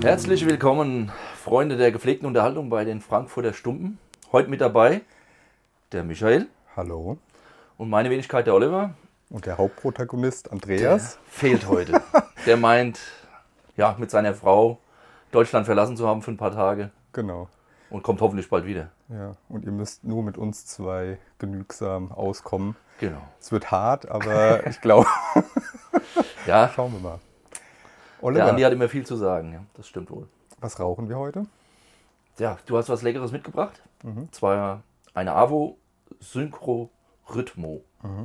Herzlich willkommen, Freunde der gepflegten Unterhaltung bei den Frankfurter Stumpen. Heute mit dabei der Michael. Hallo. Und meine Wenigkeit der Oliver. Und der Hauptprotagonist Andreas. Der fehlt heute. Der meint, ja, mit seiner Frau Deutschland verlassen zu haben für ein paar Tage. Genau. Und kommt hoffentlich bald wieder. Ja, und ihr müsst nur mit uns zwei genügsam auskommen. Genau. Es wird hart, aber ich glaube, Ja, schauen wir mal. der Oliver, Andi hat immer viel zu sagen. Ja, das stimmt wohl. was rauchen wir heute? Ja, du hast was Leckeres mitgebracht. Zwar eine Avo Synchro Rhythmo.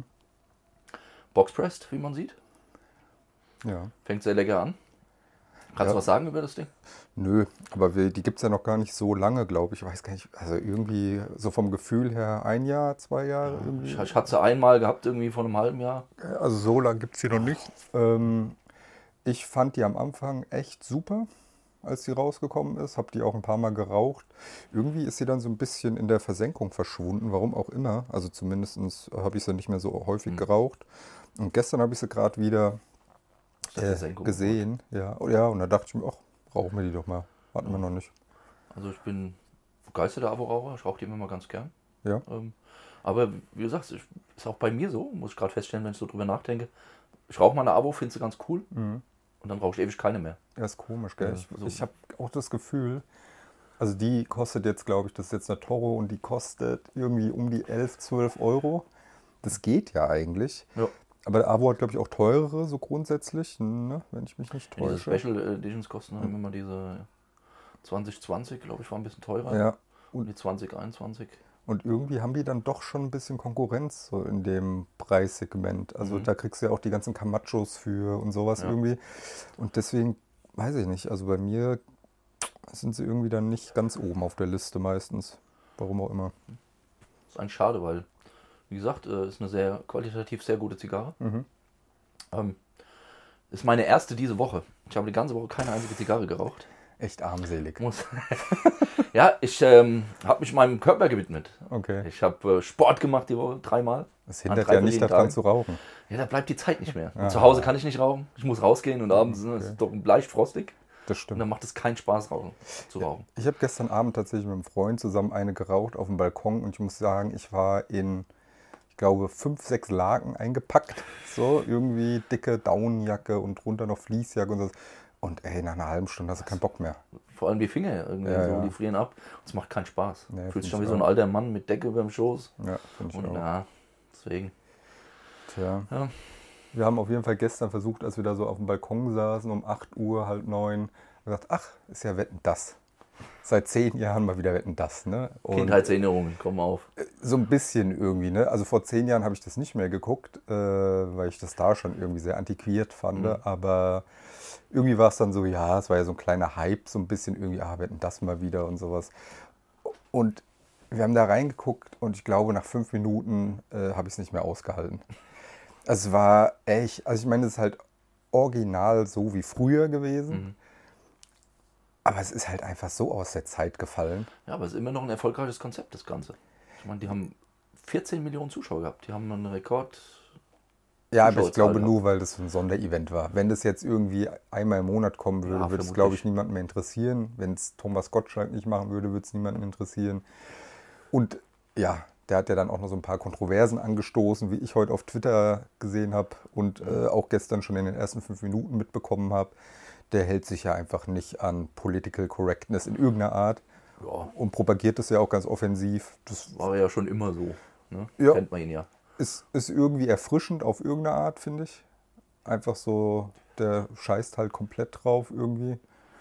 Boxpressed, wie man sieht. Ja. Fängt sehr lecker an. Kannst du was sagen über das Ding? Nö, aber die gibt es ja noch gar nicht so lange, glaube ich. Ich weiß gar nicht, also irgendwie so vom Gefühl her 1 Jahr, 2 Jahre irgendwie. Ich hatte sie einmal gehabt, irgendwie vor einem halben Jahr. Also so lange gibt es die noch nicht. Ich fand die am Anfang echt super, als die rausgekommen ist. Habe die auch ein paar Mal geraucht. Irgendwie ist sie dann so ein bisschen in der Versenkung verschwunden, warum auch immer. Also zumindest habe ich sie nicht mehr so häufig geraucht. Und gestern habe ich sie gerade wieder gesehen. Ja. Oh, ja, und da dachte ich mir, ach, rauchen wir die doch mal. Hatten wir noch nicht. Also ich bin begeisterter Avo-Raucher, ich rauche die immer mal ganz gern. Ja. Aber wie du sagst, ist auch bei mir so, muss ich gerade feststellen, wenn ich so drüber nachdenke. Ich rauche mal eine Avo, finde sie ganz cool und dann rauche ich ewig keine mehr. Ja, ist komisch, gell? Ja, Ich habe auch das Gefühl, also die kostet jetzt, glaube ich, das ist jetzt eine Toro und die kostet irgendwie um die 11, 12 Euro. Das geht ja eigentlich. Ja. Aber der Avo hat, glaube ich, auch teurere, so grundsätzlich, ne? Wenn ich mich nicht Diese täusche. Special Editions kosten dann immer diese 2020, glaube ich, war ein bisschen teurer. Ja. Und die 2021. Und irgendwie haben die dann doch schon ein bisschen Konkurrenz so in dem Preissegment. Also da kriegst du ja auch die ganzen Camachos für und sowas irgendwie. Und deswegen, weiß ich nicht, also bei mir sind sie irgendwie dann nicht ganz oben auf der Liste meistens. Warum auch immer. Das ist eigentlich schade, weil, wie gesagt, ist eine sehr qualitativ sehr gute Zigarre. Ist meine erste diese Woche. Ich habe die ganze Woche keine einzige Zigarre geraucht. Echt armselig. Ja, ich habe mich meinem Körper gewidmet. Okay. Ich habe Sport gemacht die Woche 3-mal. Das hindert ja nicht daran zu rauchen. Ja, da bleibt die Zeit nicht mehr. Und zu Hause kann ich nicht rauchen. Ich muss rausgehen und abends ist es doch leicht frostig. Das Und stimmt. dann macht es keinen Spaß zu rauchen. Ich habe gestern Abend tatsächlich mit einem Freund zusammen eine geraucht auf dem Balkon und ich muss sagen, ich war in, ich glaube, 5, 6 Laken eingepackt. So, irgendwie dicke Daunenjacke und drunter noch Fließjacke und so. Und ey, nach einer halben Stunde hast du keinen Bock mehr. Vor allem die Finger irgendwie so, die frieren ab. Und es macht keinen Spaß. Nee, Du fühlst dich find schon wie ich so ein auch. alter Mann mit Decke über dem Schoß. Ja, finde ich Und auch. ja, deswegen. Tja. Ja. Wir haben auf jeden Fall gestern versucht, als wir da so auf dem Balkon saßen, um 8 Uhr, halb 9, gesagt, ach, ist ja Wetten, das. Seit 10 Jahren mal wieder Wetten, das, ne? Und Kindheitserinnerungen, komm auf. so ein bisschen irgendwie, ne? Also vor 10 Jahren habe ich das nicht mehr geguckt, weil ich das da schon irgendwie sehr antiquiert fand. Aber irgendwie war es dann so, ja, es war ja so ein kleiner Hype, so ein bisschen irgendwie, Wetten, das mal wieder und sowas. Und wir haben da reingeguckt und ich glaube, nach 5 Minuten habe ich es nicht mehr ausgehalten. Es war echt, also ich meine, es ist halt original so wie früher gewesen. Aber es ist halt einfach so aus der Zeit gefallen. Ja, aber es ist immer noch ein erfolgreiches Konzept, das Ganze. Ich meine, die haben 14 Millionen Zuschauer gehabt. Die haben einen Rekord. Ja, aber ich Zuschauerzahl glaube gehabt. nur, weil das ein Sonderevent war. Wenn das jetzt irgendwie einmal im Monat kommen würde, Ja, würde es, vermutlich. glaube ich, niemanden mehr interessieren. Wenn es Thomas Gottschalk nicht machen würde, würde es niemanden interessieren. Und ja, der hat ja dann auch noch so ein paar Kontroversen angestoßen, wie ich heute auf Twitter gesehen habe und auch gestern schon in den ersten 5 Minuten mitbekommen habe. Der hält sich ja einfach nicht an Political Correctness in irgendeiner Art Ja, und propagiert das ja auch ganz offensiv. Das war ja schon immer so. Ne? Ja. Kennt man ihn ja. ist irgendwie erfrischend auf irgendeine Art, finde ich. Einfach so, der scheißt halt komplett drauf irgendwie.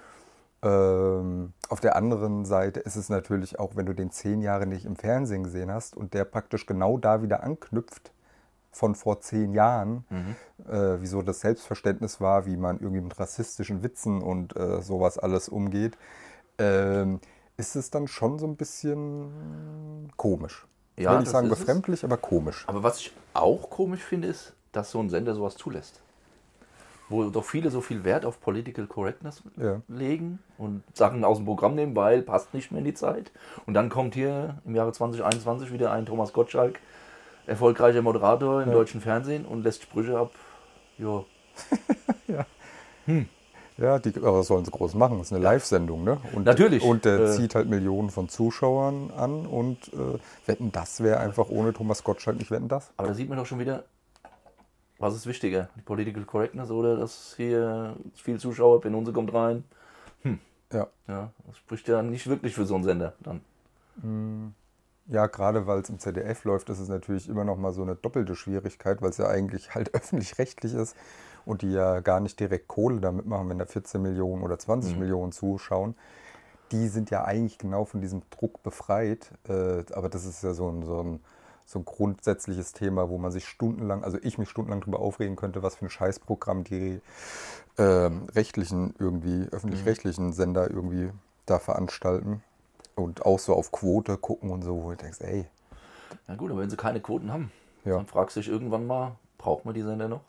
Auf der anderen Seite ist es natürlich auch, wenn du den 10 Jahre nicht im Fernsehen gesehen hast und der praktisch genau da wieder anknüpft von vor 10 Jahren, wieso das Selbstverständnis war, wie man irgendwie mit rassistischen Witzen und sowas alles umgeht, ist es dann schon so ein bisschen komisch. Ich Ja, will nicht das sagen ist es. befremdlich, aber komisch. Aber was ich auch komisch finde, ist, dass so ein Sender sowas zulässt. Wo doch viele so viel Wert auf Political Correctness Ja. legen und Sachen aus dem Programm nehmen, weil passt nicht mehr in die Zeit. Und dann kommt hier im Jahre 2021 wieder ein Thomas Gottschalk, erfolgreicher Moderator im deutschen Fernsehen und lässt Sprüche ab. Jo. Ja, aber was sollen sie groß machen? Das ist eine Live-Sendung, ne? Und, Natürlich. Und der zieht halt Millionen von Zuschauern an und Wetten, das wäre einfach ohne Thomas Gottschalk nicht Wetten, das. Aber da sieht man doch schon wieder, was ist wichtiger? Die Political Correctness oder dass hier viel Zuschauer, Penunse kommt rein? Ja. Ja, das spricht ja nicht wirklich für so einen Sender dann. Ja, gerade weil es im ZDF läuft, ist es natürlich immer noch mal so eine doppelte Schwierigkeit, weil es ja eigentlich halt öffentlich-rechtlich ist und die ja gar nicht direkt Kohle damit machen, wenn da 14 Millionen oder 20 Millionen zuschauen. Die sind ja eigentlich genau von diesem Druck befreit. Aber das ist ja so ein grundsätzliches Thema, wo man sich stundenlang, also ich mich stundenlang darüber aufregen könnte, was für ein Scheißprogramm die öffentlich-rechtlichen Sender irgendwie da veranstalten. Und auch so auf Quote gucken und so, wo du denkst, ey. Na gut, aber wenn sie keine Quoten haben, Ja. dann fragst du dich irgendwann mal, braucht man die Sender noch?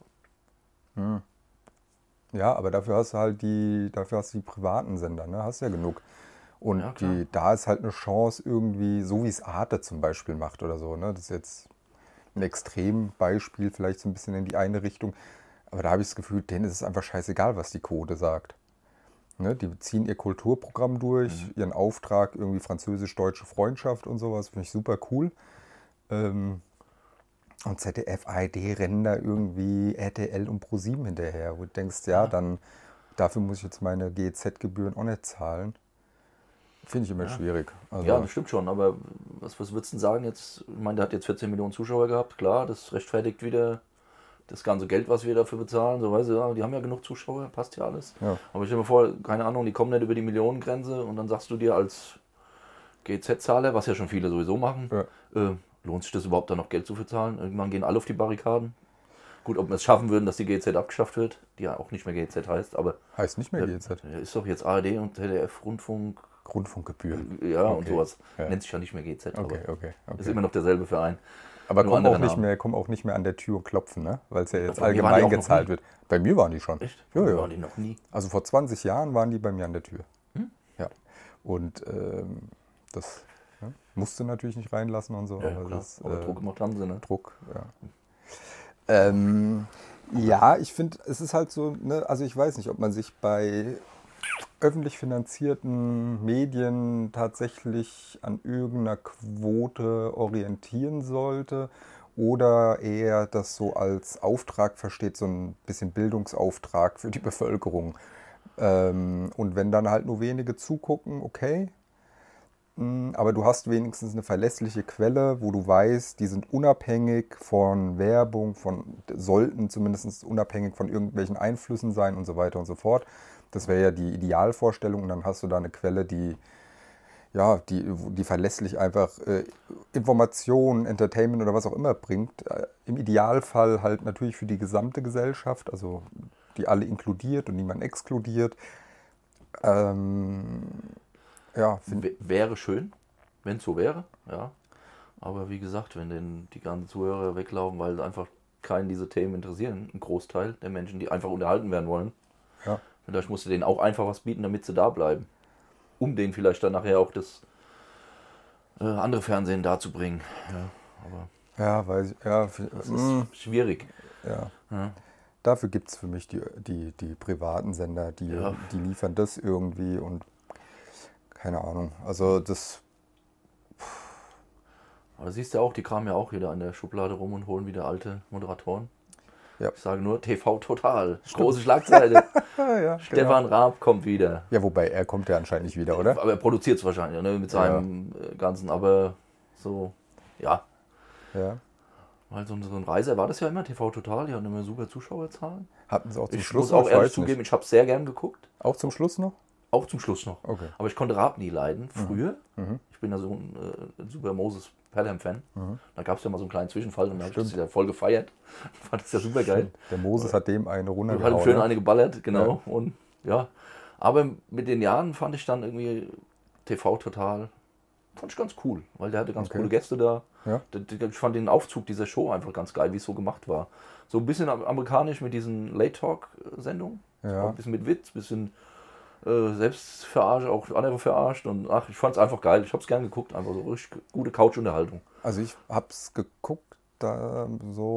Ja, aber dafür hast du die privaten Sender, ne? Hast ja genug. Und Ja, klar. da ist halt eine Chance irgendwie, so wie es Arte zum Beispiel macht oder so, ne? Das ist jetzt ein Extrembeispiel, vielleicht so ein bisschen in die eine Richtung. Aber da habe ich das Gefühl, denen ist es einfach scheißegal, was die Quote sagt. Ne? Die ziehen ihr Kulturprogramm durch, ihren Auftrag, irgendwie französisch-deutsche Freundschaft und sowas, finde ich super cool. Und ZDF, ARD rennen da irgendwie RTL und ProSieben hinterher, wo du denkst, ja, dann dafür muss ich jetzt meine GEZ-Gebühren auch nicht zahlen. Finde ich immer schwierig. Also, Ja, das stimmt schon, aber was würdest du denn sagen jetzt? Ich meine, der hat jetzt 14 Millionen Zuschauer gehabt, klar, das rechtfertigt wieder das ganze Geld, was wir dafür bezahlen, so weißt du, ja, die haben ja genug Zuschauer, passt ja alles. Ja. Aber ich stell mir vor, keine Ahnung, die kommen nicht über die Millionengrenze und dann sagst du dir als GZ-Zahler, was ja schon viele sowieso machen, lohnt sich das überhaupt da noch Geld zu bezahlen? Irgendwann gehen alle auf die Barrikaden. Gut, ob wir es schaffen würden, dass die GZ abgeschafft wird, die ja auch nicht mehr GZ heißt, aber heißt nicht mehr GEZ. ist doch jetzt ARD und ZDF Rundfunk, Grundfunkgebühr. ja, Okay. und sowas. Ja. Nennt sich ja nicht mehr GZ, Okay. aber ist immer noch derselbe Verein. Aber Nur kommen andere auch nicht mehr an der Tür und klopfen, ne? Weil es ja jetzt Bei mir waren die allgemein auch noch gezahlt nie. wird. Bei mir waren die schon. Echt? Ja, ja. Waren die noch nie? Also vor 20 Jahren waren die bei mir an der Tür. Ja. Und das musste natürlich nicht reinlassen und so. Ja, aber klar. das, Aber Druck gemacht haben sie, ne? Druck, ja. Ja, ich finde, es ist halt so, ne, also ich weiß nicht, ob man sich bei öffentlich finanzierten Medien tatsächlich an irgendeiner Quote orientieren sollte oder eher das so als Auftrag versteht, so ein bisschen Bildungsauftrag für die Bevölkerung. Und wenn dann halt nur wenige zugucken, okay. Aber du hast wenigstens eine verlässliche Quelle, wo du weißt, die sind unabhängig von Werbung, sollten zumindest unabhängig von irgendwelchen Einflüssen sein und so weiter und so fort. Das wäre ja die Idealvorstellung und dann hast du da eine Quelle, die verlässlich einfach Informationen, Entertainment oder was auch immer bringt. Im Idealfall halt natürlich für die gesamte Gesellschaft, also die alle inkludiert und niemand exkludiert. Wäre schön, wenn es so wäre, ja. Aber wie gesagt, wenn denn die ganzen Zuhörer weglaufen, weil einfach keinen diese Themen interessieren, ein Großteil der Menschen, die einfach unterhalten werden wollen, Ja. vielleicht musst du denen auch einfach was bieten, damit sie da bleiben. Um denen vielleicht dann nachher auch das andere Fernsehen darzubringen. Ja, aber das ist schwierig. Ja. Ja. Dafür gibt es für mich die privaten Sender, die liefern das irgendwie und keine Ahnung. Also das. Aber siehst du auch, die kramen ja auch wieder an der Schublade rum und holen wieder alte Moderatoren. Ja. Ich sage nur TV Total. Große Schlagzeile. Ja, Stefan Raab kommt wieder. Ja, wobei er kommt ja anscheinend nicht wieder, oder? Aber er produziert es wahrscheinlich, ne, mit seinem ganzen, aber so, ja. Ja. Weil so ein Reiser war das ja immer, TV Total, die hatten immer super Zuschauerzahlen. Hatten sie auch zum Ich Schluss muss auch noch? ehrlich Ich weiß zugeben, nicht. ich habe es sehr gern geguckt. Auch zum Schluss noch? Auch zum Schluss noch. Okay. Aber ich konnte Raab nie leiden, früher. Ich bin ja so ein super Moses Pelham-Fan. Da gab es ja mal so einen kleinen Zwischenfall und da habe ich das ja voll gefeiert. Fand das ja super geil. Der Moses hat dem eine Und runtergehauen. hat ihm schön ne? eine geballert, genau. Ja. Und ja. Aber mit den Jahren fand ich dann irgendwie TV Total, fand ich ganz cool, weil der hatte ganz coole Gäste da. Ja. Ich fand den Aufzug dieser Show einfach ganz geil, wie es so gemacht war. So ein bisschen amerikanisch mit diesen Late-Talk-Sendungen. Ja. Auch ein bisschen mit Witz, ein bisschen selbst verarscht, auch andere verarscht. Und ich fand es einfach geil. Ich habe es gern geguckt, einfach so richtig gute Couch-Unterhaltung. Also ich hab's geguckt, da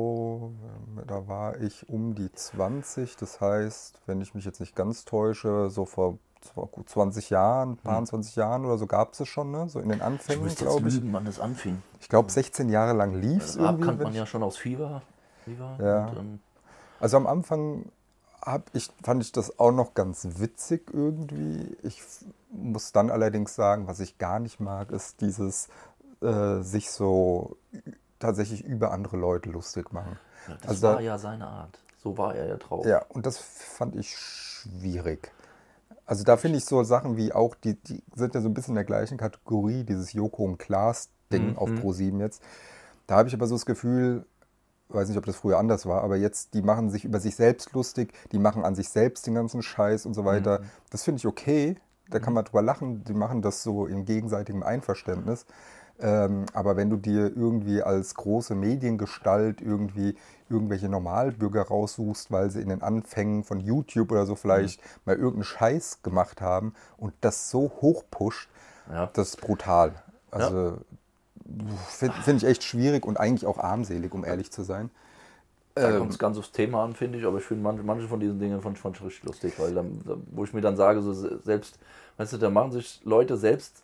war ich um die 20. Das heißt, wenn ich mich jetzt nicht ganz täusche, so vor gut 20 Jahren, paar 20 Jahren oder so gab es schon, ne? So in den Anfängen, glaube ich. Lügen, wann das anfing. Ich glaube, 16 Jahre lang lief es Raab irgendwie. kannte man ja schon aus Fever. Ja. Also am Anfang fand ich das auch noch ganz witzig irgendwie. Ich muss dann allerdings sagen, was ich gar nicht mag, ist dieses sich so tatsächlich über andere Leute lustig machen. Ja, das war ja seine Art. So war er ja drauf. Ja, und das fand ich schwierig. Also da finde ich so Sachen wie auch, die sind ja so ein bisschen in der gleichen Kategorie, dieses Joko und Klaas-Ding auf Pro7 jetzt. Da habe ich aber so das Gefühl, weiß nicht, ob das früher anders war, aber jetzt, die machen sich über sich selbst lustig, die machen an sich selbst den ganzen Scheiß und so weiter. Das finde ich okay, da kann man drüber lachen, die machen das so in gegenseitigem Einverständnis. Aber wenn du dir irgendwie als große Mediengestalt irgendwelche Normalbürger raussuchst, weil sie in den Anfängen von YouTube oder so vielleicht mal irgendeinen Scheiß gemacht haben und das so hochpusht, das ist brutal. Also finde ich echt schwierig und eigentlich auch armselig, um ehrlich zu sein. Da kommt es ganz aufs Thema an, finde ich, aber ich finde manche von diesen Dingen fand ich richtig lustig, weil wo ich mir dann sage, so selbst, weißt du, da machen sich Leute selbst,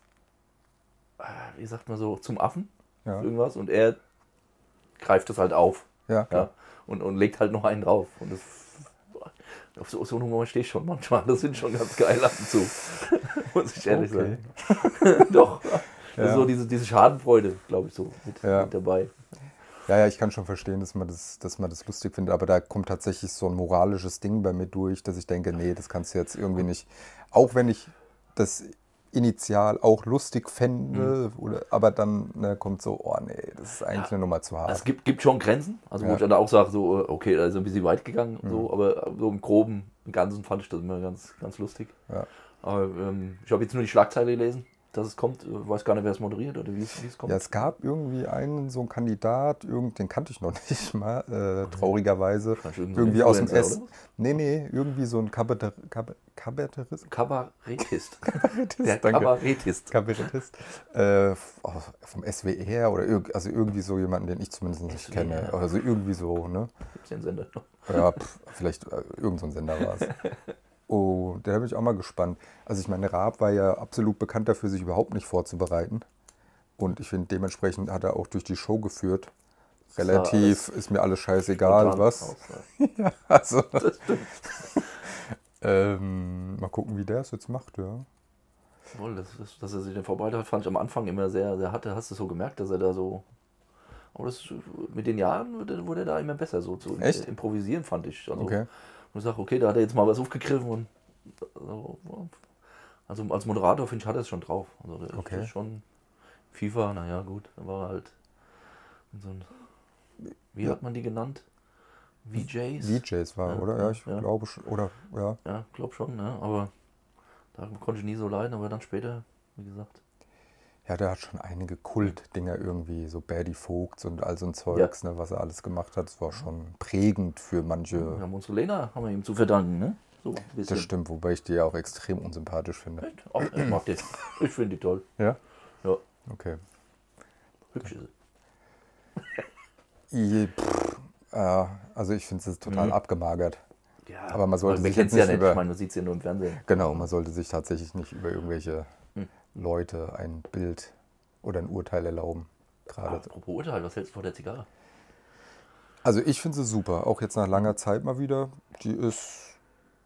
wie sagt man so, zum Affen, irgendwas, und er greift das halt auf. Ja. Und legt halt noch einen drauf. Und das, auf so einen Humor stehe ich schon manchmal. Das sind schon ganz geil ab und zu. Muss ich ehrlich sagen. Doch. Ja. So diese Schadenfreude, glaube ich, so mit dabei. Ja, ich kann schon verstehen, dass man das lustig findet, aber da kommt tatsächlich so ein moralisches Ding bei mir durch, dass ich denke, nee, das kannst du jetzt irgendwie nicht, auch wenn ich das initial auch lustig fände, aber dann kommt so, oh nee, das ist eigentlich eine Nummer zu hart. Es gibt schon Grenzen, also wo ich dann auch sage, so, okay, da ist ein bisschen weit gegangen, so, aber so im Groben, im Ganzen fand ich das immer ganz, ganz lustig. Ja. Aber ich habe jetzt nur die Schlagzeile gelesen, dass es kommt. Ich weiß gar nicht, wer es moderiert oder wie es kommt. Ja, es gab irgendwie einen, so einen Kandidat, den kannte ich noch nicht mal, traurigerweise. Irgendwie aus dem Nee, irgendwie so ein Kabarettist. Kabarettist. Der Kabarettist. Kabarettist. Vom SWR oder also irgendwie so jemanden, den ich zumindest nicht kenne. Also irgendwie so, ne? Gibt's den Sender noch? Ja, vielleicht irgend so ein Sender war es. Oh, da bin ich auch mal gespannt. Also ich meine, Raab war ja absolut bekannt dafür, sich überhaupt nicht vorzubereiten. Und ich finde, dementsprechend hat er auch durch die Show geführt. Relativ ist mir alles scheißegal, was. Ja, also. Das stimmt. Mal gucken, wie der es jetzt macht, ja. Wohl, dass er sich den vorbereitet hat, fand ich am Anfang immer sehr, sehr hart. Hast du so gemerkt, dass er da so. Aber mit den Jahren wurde er da immer besser, so zu improvisieren, fand ich. Also, okay. Und ich sage, okay, da hat er jetzt mal was aufgegriffen und also als Moderator, finde ich, hat er es schon drauf. Also der ist schon FIFA, naja gut, da war er halt so ein, wie hat man die genannt? VJs? VJs war, oder? Ja, ich glaube schon, oder, ja. Ja, glaube schon, ne? Aber da konnte ich nie so leiden, aber dann später, wie gesagt. Ja, der hat schon einige Kultdinger irgendwie, so Berdy Vogts und all so ein Zeugs, ne, was er alles gemacht hat. Das war schon prägend für manche. Wir haben unsere Lena, haben wir ihm zu verdanken, ne? So ein bisschen. Das stimmt, wobei ich die ja auch extrem unsympathisch finde. Echt? Ach, ich mag die. Ich finde die toll. Ja? Ja. Okay. Hübsch ist sie. Also ich finde es total abgemagert. Ja, aber man sollte sich jetzt nicht über... Ich meine, man sieht es ja nur im Fernsehen. Genau, man sollte sich tatsächlich nicht über irgendwelche Leute ein Bild oder ein Urteil erlauben. Gerade. Apropos Urteil, was hältst du von der Zigarre? Also ich finde sie super, auch jetzt nach langer Zeit mal wieder. Die ist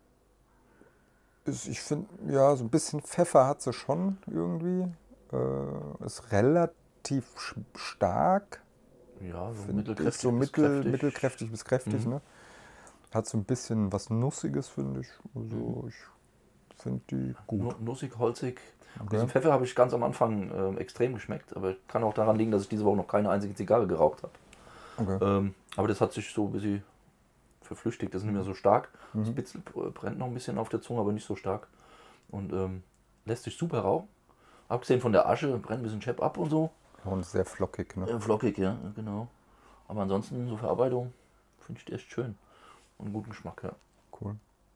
ich finde, ja, so ein bisschen Pfeffer hat sie schon irgendwie. Ist relativ stark. Ja, so mittelkräftig, so mittelkräftig bis kräftig, ne? Hat so ein bisschen was Nussiges, finde ich. Also ich finde die gut. Nussig, holzig. Okay. Diesen Pfeffer habe ich ganz am Anfang extrem geschmeckt, aber kann auch daran liegen, dass ich diese Woche noch keine einzige Zigarre geraucht habe. Okay. Aber das hat sich so ein bisschen verflüchtigt, das ist nicht mehr so stark. Das Spitzel brennt noch ein bisschen auf der Zunge, aber nicht so stark. Und lässt sich super rauchen. Abgesehen von der Asche, brennt ein bisschen Chap ab und so. Und sehr flockig, ne? Flockig, ja, genau. Aber ansonsten, so Verarbeitung, finde ich die echt schön. Und einen guten Geschmack, ja. Cool.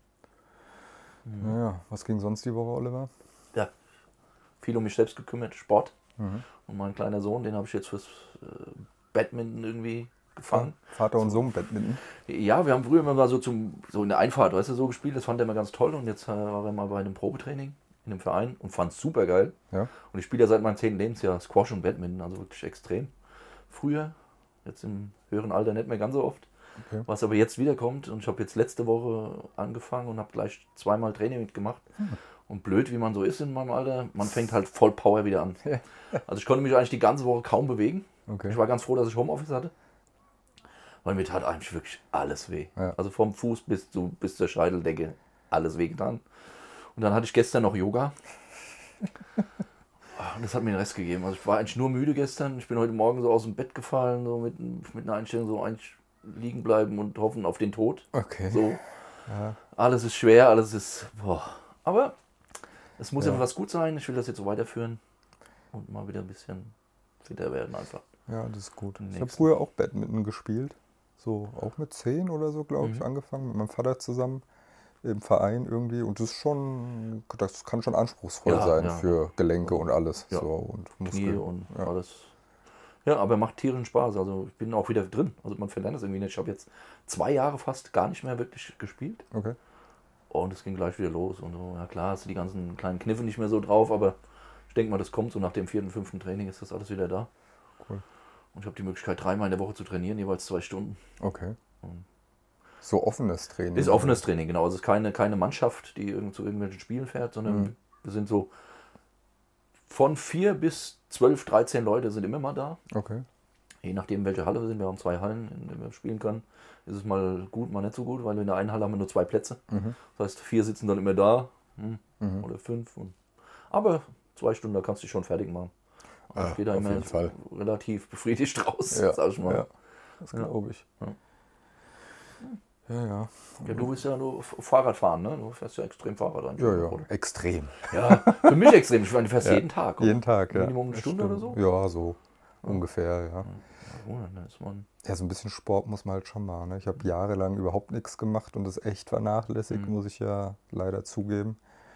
Naja, was ging sonst die Woche, Oliver? Ja, viel um mich selbst gekümmert, Sport. Und mein kleiner Sohn, den habe ich jetzt fürs Badminton irgendwie gefangen. Vater und Sohn Badminton? Ja, wir haben früher immer mal so in der Einfahrt, weißt du, so gespielt. Das fand er immer ganz toll. Und jetzt war er mal bei einem Probetraining in einem Verein und fand es super geil. Ja. Und ich spiele ja seit meinem 10. Lebensjahr Squash und Badminton, also wirklich extrem. Früher, jetzt im höheren Alter nicht mehr ganz so oft. Okay. Was aber jetzt wiederkommt. Und ich habe jetzt letzte Woche angefangen und habe gleich 2-mal Training mitgemacht. Und blöd, wie man so ist in meinem Alter, man fängt halt voll Power wieder an. Also ich konnte mich eigentlich die ganze Woche kaum bewegen. Okay. Ich war ganz froh, dass ich Homeoffice hatte. Weil mir tat eigentlich wirklich alles weh. Ja. Also vom Fuß bis zur Scheiteldecke alles weh getan. Und dann hatte ich gestern noch Yoga. Und das hat mir den Rest gegeben. Also ich war eigentlich nur müde gestern. Ich bin heute Morgen so aus dem Bett gefallen, so mit einer Einstellung, so eigentlich liegen bleiben und hoffen auf den Tod. Okay. So. Ja. Alles ist schwer, alles ist... Boah. Aber es muss ja was gut sein. Ich will das jetzt so weiterführen und mal wieder ein bisschen fitter werden einfach. Ja, das ist gut. Ich Nächsten. habe früher auch Badminton gespielt. So auch mit 10 oder so, glaube ich, angefangen. Mit meinem Vater zusammen im Verein irgendwie. Und das kann schon anspruchsvoll sein für Gelenke und alles. Ja. So, und Knie Muskeln. und alles. Ja, aber macht tierischen Spaß. Also ich bin auch wieder drin. Also man verlernt es irgendwie nicht. Ich habe jetzt 2 Jahre fast gar nicht mehr wirklich gespielt. Okay. Und es ging gleich wieder los. Und so, ja klar, hast du die ganzen kleinen Kniffe nicht mehr so drauf, aber ich denke mal, das kommt so nach dem 4., 5. Training ist das alles wieder da. Cool. Und ich habe die Möglichkeit, 3-mal in der Woche zu trainieren, jeweils 2 Stunden. Okay. So offenes Training. Ist offenes Training, genau. Also es ist keine Mannschaft, die zu irgendwelchen Spielen fährt, sondern wir sind so von 4 bis 12, 13 Leute sind immer mal da. Okay. Je nachdem, welche Halle wir sind. Wir haben 2 Hallen, in denen wir spielen können. Ist es mal gut, mal nicht so gut, weil in der einen Halle haben wir nur 2 Plätze. Das heißt, 4 sitzen dann immer da oder 5. Aber 2 Stunden, da kannst du dich schon fertig machen. Also ich gehe da auf immer jeden Fall. relativ befriedigt raus, sag ich mal. Ja, das glaube ich. Ja. Ja, du bist ja nur Fahrrad fahren, ne? Du fährst ja extrem Fahrrad an. Ja, extrem. Ja, für mich extrem. Ich meine, du fährst jeden Tag. Oder? Jeden Tag, ja. Minimum eine Stunde oder so? Ja, so ungefähr, ja. Dann ist man... Ja, so ein bisschen Sport muss man halt schon machen. Ne? Ich habe jahrelang überhaupt nichts gemacht und das echt vernachlässigt, muss ich ja leider zugeben.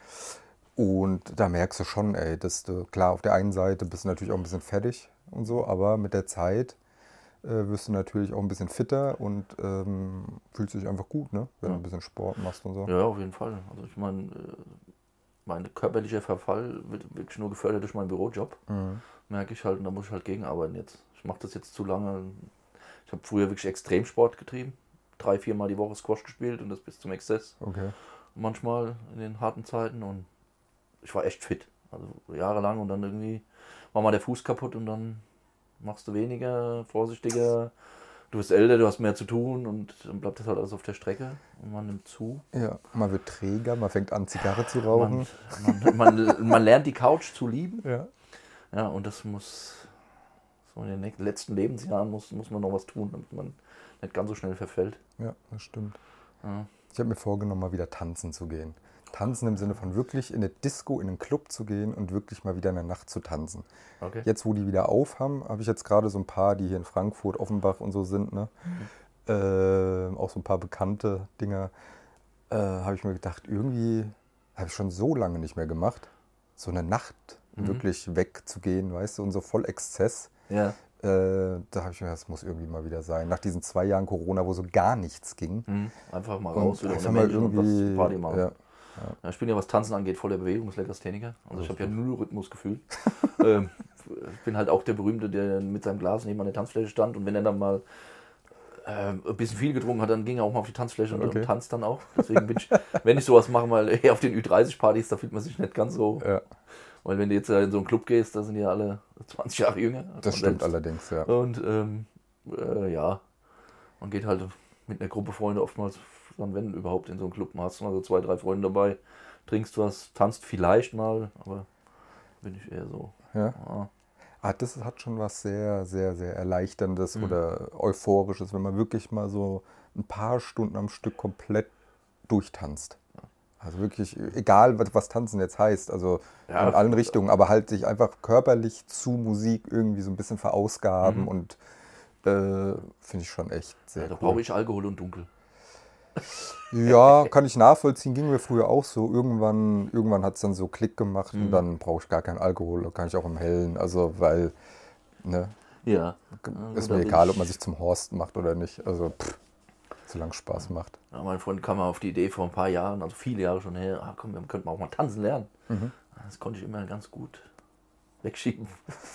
Und da merkst du schon, ey, dass du, klar, auf der einen Seite bist du natürlich auch ein bisschen fertig und so, aber mit der Zeit wirst du natürlich auch ein bisschen fitter und fühlst dich einfach gut, ne? Wenn du ein bisschen Sport machst und so. Ja, auf jeden Fall. Also ich meine, mein körperlicher Verfall wird wirklich nur gefördert durch meinen Bürojob. Merke ich halt, und da muss ich halt gegenarbeiten jetzt. Ich mache das jetzt zu lange. Ich habe früher wirklich Extremsport getrieben. 3, 4 Mal die Woche Squash gespielt und das bis zum Exzess. Okay. Manchmal in den harten Zeiten und ich war echt fit. Also jahrelang und dann irgendwie war mal der Fuß kaputt und dann machst du weniger, vorsichtiger. Du bist älter, du hast mehr zu tun und dann bleibt das halt alles auf der Strecke und man nimmt zu. Ja, man wird träger, man fängt an, Zigarre zu rauchen. Man lernt die Couch zu lieben. Ja. Ja, und das muss, so in den letzten Lebensjahren muss man noch was tun, damit man nicht ganz so schnell verfällt. Ja, das stimmt. Ja. Ich habe mir vorgenommen, mal wieder tanzen zu gehen. Tanzen im Sinne von wirklich in eine Disco, in einen Club zu gehen und wirklich mal wieder in der Nacht zu tanzen. Okay. Jetzt, wo die wieder auf haben, habe ich jetzt gerade so ein paar, die hier in Frankfurt, Offenbach und so sind, ne? Auch so ein paar bekannte Dinger, habe ich mir gedacht, irgendwie habe ich schon so lange nicht mehr gemacht, so eine Nacht wirklich wegzugehen, weißt du, und so voll Exzess. Ja. Da habe ich mir gedacht, das muss irgendwie mal wieder sein. Nach diesen 2 Jahren Corona, wo so gar nichts ging. Einfach mal raus, wieder einfach unter mal Menschen und irgendwie, was Party machen. ja. Ja, ich bin ja, was Tanzen angeht, voller Bewegungslegastheniker. Also ich habe ja null Rhythmusgefühl. Ich bin halt auch der Berühmte, der mit seinem Glas neben an der Tanzfläche stand und wenn er dann mal ein bisschen viel getrunken hat, dann ging er auch mal auf die Tanzfläche und tanzt dann auch. Deswegen bin ich, wenn ich sowas mache, mal eher auf den Ü30-Partys, da fühlt man sich nicht ganz so. Ja. Weil wenn du jetzt in so einen Club gehst, da sind ja alle 20 Jahre jünger. Das stimmt allerdings, ja. Und ja, man geht halt mit einer Gruppe Freunde oftmals, dann wenn überhaupt in so einen Club, hast du mal so 2, 3 Freunde dabei, trinkst was, tanzt vielleicht mal, aber bin ich eher so. Ja. Das hat schon was sehr, sehr, sehr Erleichterndes oder Euphorisches, wenn man wirklich mal so ein paar Stunden am Stück komplett durchtanzt. Also wirklich, egal was Tanzen jetzt heißt, also in allen Richtungen, aber halt sich einfach körperlich zu Musik irgendwie so ein bisschen verausgaben und finde ich schon echt sehr cool. Da brauche ich Alkohol und Dunkel. Ja, kann ich nachvollziehen, ging mir früher auch so. Irgendwann hat es dann so Klick gemacht und dann brauche ich gar keinen Alkohol, da kann ich auch im Hellen, also weil, ne. Ja. Ist mir egal, ob man sich zum Horst macht oder nicht. Also, solange es Spaß macht. Ja, mein Freund kam mal auf die Idee vor ein paar Jahren, also viele Jahre schon her, komm, wir könnten auch mal tanzen lernen. Das konnte ich immer ganz gut wegschieben.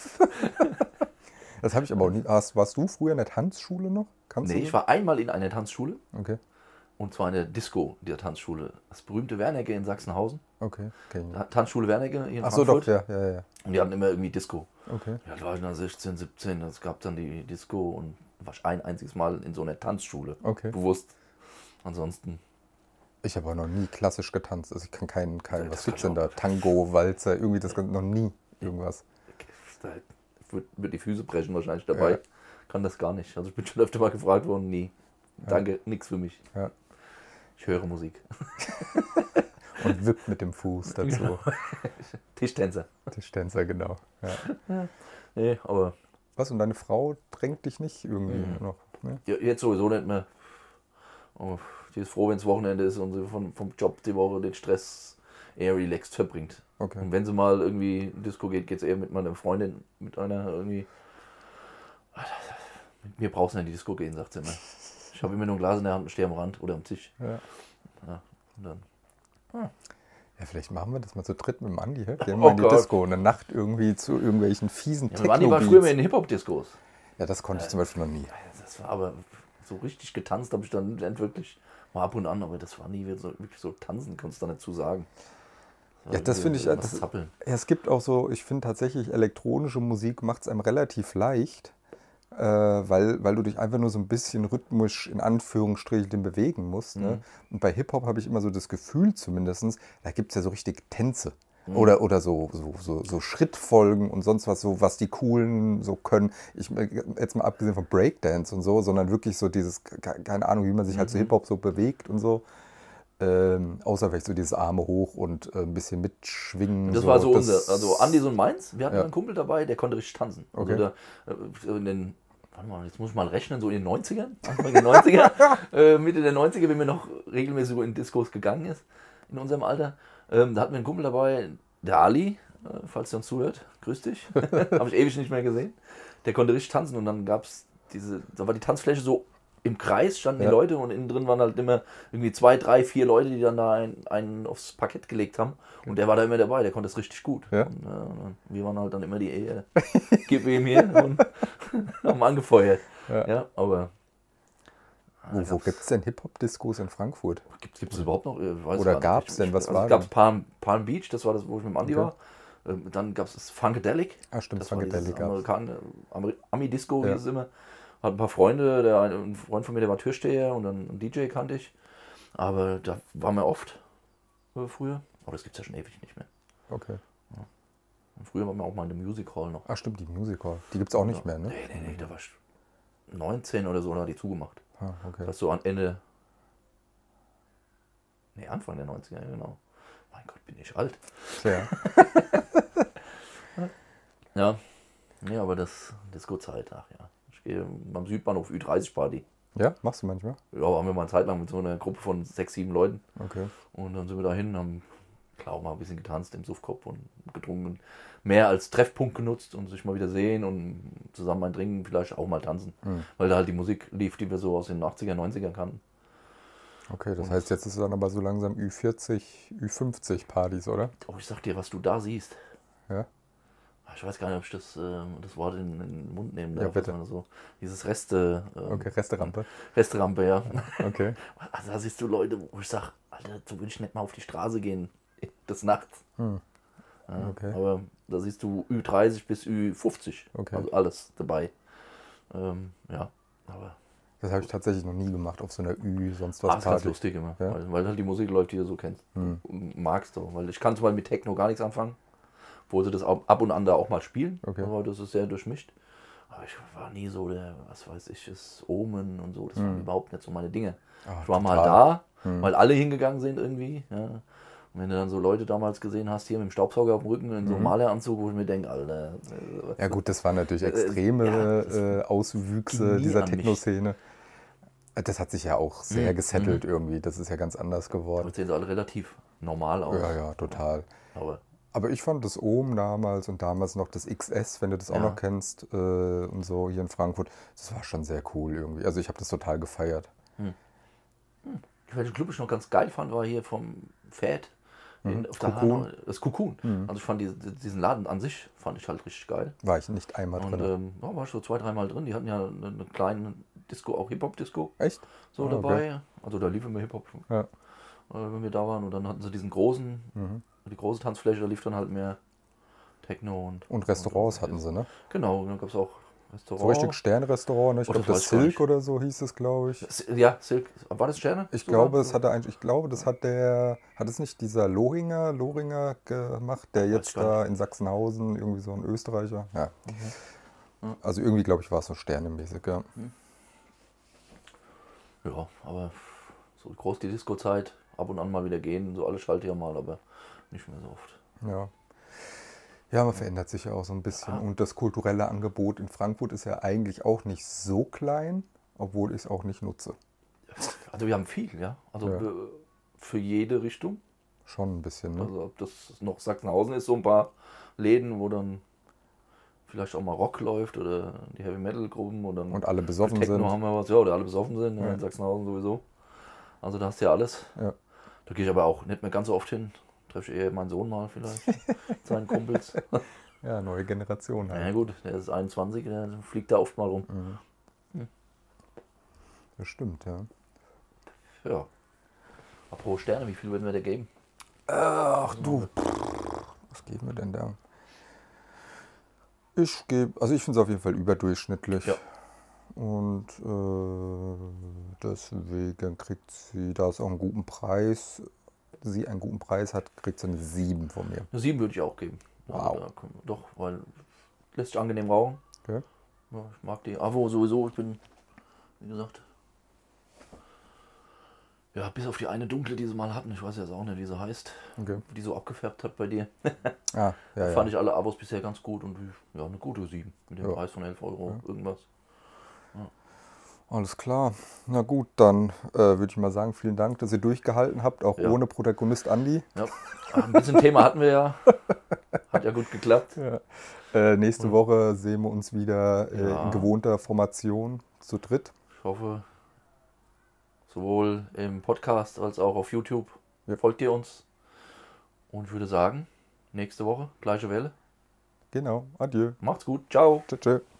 Das habe ich aber auch nie. Warst du früher in der Tanzschule noch? Nee, ich war einmal in einer Tanzschule. Okay. Und zwar in der Disco der Tanzschule. Das berühmte Wernicke in Sachsenhausen. Okay. Tanzschule Wernicke hier in Ach so, Frankfurt. doch, ja. Und die hatten immer irgendwie Disco. Okay. Ja, da war ich dann 16, 17, es gab dann die Disco und war ich ein einziges Mal in so einer Tanzschule. Okay. Bewusst. Ansonsten. Ich habe auch noch nie klassisch getanzt. Also ich kann keinen was gibt's denn kann da? Tango, Walzer, irgendwie das noch nie irgendwas. Da wird die Füße brechen wahrscheinlich dabei. Kann das gar nicht. Also ich bin schon öfter mal gefragt worden, nie. Danke, nix für mich. Ja. Ich höre Musik. Und wippt mit dem Fuß dazu. Genau. Tischtänzer. Tischtänzer, genau. Ja. Nee, aber. Was, und deine Frau drängt dich nicht irgendwie noch? Ne? Ja, jetzt sowieso nicht mehr. Oh, die ist froh, wenn es Wochenende ist und sie vom Job die Woche den Stress eher relaxed verbringt. Okay. Und wenn sie mal irgendwie in Disco geht, geht es eher mit meiner Freundin, mit einer irgendwie. Mit mir brauchst du nicht in die Disco gehen, sagt sie immer. Ich habe immer nur ein Glas in der Hand und stehe am Rand oder am Tisch. Ja, und dann. Ja, vielleicht machen wir das mal zu dritt mit dem Andi. Gehen wir mal in die Disco und eine Nacht irgendwie zu irgendwelchen fiesen Techno-Beats. Andi war früher mehr in Hip-Hop-Discos. Ja, das konnte ich zum Beispiel noch nie. Das war aber so richtig getanzt habe ich dann nicht wirklich mal ab und an, aber das war nie wirklich so tanzen, kannst du da nicht zu sagen. Ja, das finde ich. Es gibt auch so, ich finde tatsächlich, elektronische Musik macht es einem relativ leicht, weil du dich einfach nur so ein bisschen rhythmisch in Anführungsstrichen bewegen musst. Ne? Und bei Hip-Hop habe ich immer so das Gefühl zumindest, da gibt es ja so richtig Tänze. Oder so Schrittfolgen und sonst was, so was die Coolen so können. Jetzt mal abgesehen von Breakdance und so, sondern wirklich so dieses, keine Ahnung, wie man sich halt so Hip-Hop so bewegt und so. Außer vielleicht so dieses Arme hoch und ein bisschen mitschwingen. Das war so also Andi und meins, wir hatten einen Kumpel dabei, der konnte richtig tanzen. Okay. Also warte mal, jetzt muss ich mal rechnen, so in den 90ern, Anfang der 90er, Mitte der 90er, wenn wir noch regelmäßig so in Discos gegangen ist, in unserem Alter. Da hatten wir einen Kumpel dabei, der Ali, falls der uns zuhört, grüß dich, habe ich ewig nicht mehr gesehen. Der konnte richtig tanzen und dann gab es da war die Tanzfläche so im Kreis, standen die Leute und innen drin waren halt immer irgendwie 2, 3, 4 Leute, die dann da einen aufs Parkett gelegt haben und der war da immer dabei, der konnte es richtig gut. Ja. Und wir waren halt dann immer die gib ihm hier und haben angefeuert. Ja, aber wo gibt es denn Hip-Hop-Discos in Frankfurt? Gibt es überhaupt noch? Oder gab es denn? Was war es gab Palm Beach, das war das, wo ich mit dem Andi war. Dann gab es das Funkadelic. Ah, stimmt, das Funkadelic gab es. Ami-Disco hieß es immer. Hat ein paar Freunde, ein Freund von mir, der war Türsteher und dann ein DJ kannte ich. Aber da waren wir oft früher. Aber das gibt es ja schon ewig nicht mehr. Okay. Ja. Und früher waren wir auch mal in der Music Hall noch. Ah, stimmt, die Music Hall. Die gibt es auch nicht mehr, ne? Nee, da war ich 19 oder so, da hat die zugemacht. Ah, okay. Das so Anfang der 90er, genau. Mein Gott, bin ich alt. Ja. Ja. Nee, aber das ist gut Zeit, ach ja. Ich gehe am Südbahnhof Ü30-Party. Ja, machst du manchmal? Ja, haben wir mal eine Zeit lang mit so einer Gruppe von 6, 7 Leuten. Okay. Und dann sind wir dahin, haben klar auch mal ein bisschen getanzt im Suffkopf und getrunken. Mehr als Treffpunkt genutzt und sich mal wieder sehen und zusammen ein Trinken, vielleicht auch mal tanzen. Weil da halt die Musik lief, die wir so aus den 80er, 90ern kannten. Okay, das heißt, jetzt ist es dann aber so langsam Ü40, Ü50 Partys, oder? Oh, ich sag dir, was du da siehst. Ja. Ich weiß gar nicht, ob ich das Wort in den Mund nehmen darf. Ja, bitte. So, dieses Reste... okay, Resterampe. Resterampe, ja. Okay. Also da siehst du Leute, wo ich sage, Alter, so würde ich nicht mal auf die Straße gehen, des Nachts. Ja, okay. Aber da siehst du Ü30 bis Ü50. Okay. Also alles dabei. Ja, aber... Das habe ich tatsächlich noch nie gemacht auf so einer sonst was Das ist ganz Party. lustig immer, Ja? weil halt die Musik läuft, die du so kennst. Magst du. Weil ich kann zum Beispiel mit Techno gar nichts anfangen. Wo sie das ab und an da auch mal spielen. Okay. Aber das ist sehr durchmischt. Aber ich war nie so der, was weiß ich, das Omen und so. Das waren überhaupt nicht so meine Dinge. Ich war mal da, weil alle hingegangen sind irgendwie. Ja. Und wenn du dann so Leute damals gesehen hast, hier mit dem Staubsauger auf dem Rücken in so einem Maleranzug, wo ich mir denke, Alter. Ja gut, das waren natürlich extreme Auswüchse dieser Techno-Szene. Das hat sich ja auch sehr gesettelt irgendwie. Das ist ja ganz anders geworden. Jetzt sehen sie alle relativ normal aus. Ja, total. Aber Aber ich fand das Ohm damals und damals noch das XS, wenn du das auch noch kennst, und so hier in Frankfurt, das war schon sehr cool irgendwie. Also ich habe das total gefeiert. Welchen Club ich noch ganz geil fand, war hier vom Fat auf der Cocoon. Hanau, das Cocoon. Also ich fand diesen Laden an sich fand ich halt richtig geil. War ich nicht einmal Und drin. war ich so 2-3 Mal drin. Die hatten ja eine kleine Disco, auch Hip-Hop-Disco Echt? so dabei. Okay. Also da lief immer Hip-Hop, Ja. Wenn wir da waren. Und dann hatten sie diesen großen, die große Tanzfläche, da lief dann halt mehr Techno Und Restaurants hatten sie, ne? Genau, dann gab es auch Restaurants. So richtig Sternrestaurant, ne? Ich glaube, das Silk oder so hieß es, glaube ich. Ja, Silk. War das Sterne? Ich glaube, das hat es nicht dieser Loringer gemacht, der jetzt da in Sachsenhausen, irgendwie so ein Österreicher. Ja. Also irgendwie, glaube ich, war es so sternemäßig, ja. Ja, aber so groß die Disco-Zeit, ab und an mal wieder gehen, so alle Schaltjahr mal, aber nicht mehr so oft. Ja. Ja, man verändert sich ja auch so ein bisschen. Und das kulturelle Angebot in Frankfurt ist ja eigentlich auch nicht so klein, obwohl ich es auch nicht nutze. Also wir haben viel, ja. Also für jede Richtung. Schon ein bisschen, ne? Also ob das noch Sachsenhausen ist, so ein paar Läden, wo dann vielleicht auch mal Rock läuft oder die Heavy-Metal-Gruppen. Und alle besoffen Techno sind. haben wir was, ja, oder alle besoffen sind, in Sachsenhausen sowieso. Also da hast du ja alles. Ja. Da gehe ich aber auch nicht mehr ganz so oft hin. Treffe ich eher meinen Sohn mal vielleicht, seinen Kumpels. Ja, neue Generation halt. Ja gut, der ist 21, der fliegt da oft mal rum. Das stimmt, ja. Ja. Apropos Sterne, wie viel würden wir da geben? Ach du, was geben wir denn da? Ich finde es auf jeden Fall überdurchschnittlich. Ja. Und deswegen kriegt sie, da es auch einen guten Preis hat, kriegt sie eine 7 von mir. Eine 7 würde ich auch geben. Wow. Also doch, weil lässt sich angenehm rauchen. Okay. Ja, ich mag die. Avo sowieso, ich bin, wie gesagt, ja, bis auf die eine dunkle, die sie mal hatten, ich weiß jetzt auch nicht, wie sie heißt, die so abgefärbt hat bei dir. Fand ich alle Abos bisher ganz gut und ja, eine gute 7 mit dem Preis von 11 Euro irgendwas. Alles klar. Na gut, dann würde ich mal sagen, vielen Dank, dass ihr durchgehalten habt, auch ohne Protagonist Andi. Ja, ein bisschen Thema hatten wir ja. Hat ja gut geklappt. Ja. Nächste Woche sehen wir uns wieder in gewohnter Formation zu dritt. Ich hoffe, sowohl im Podcast als auch auf YouTube folgt ihr uns. Und würde sagen, nächste Woche, gleiche Welle. Genau, adieu. Macht's gut, ciao. Tschüss.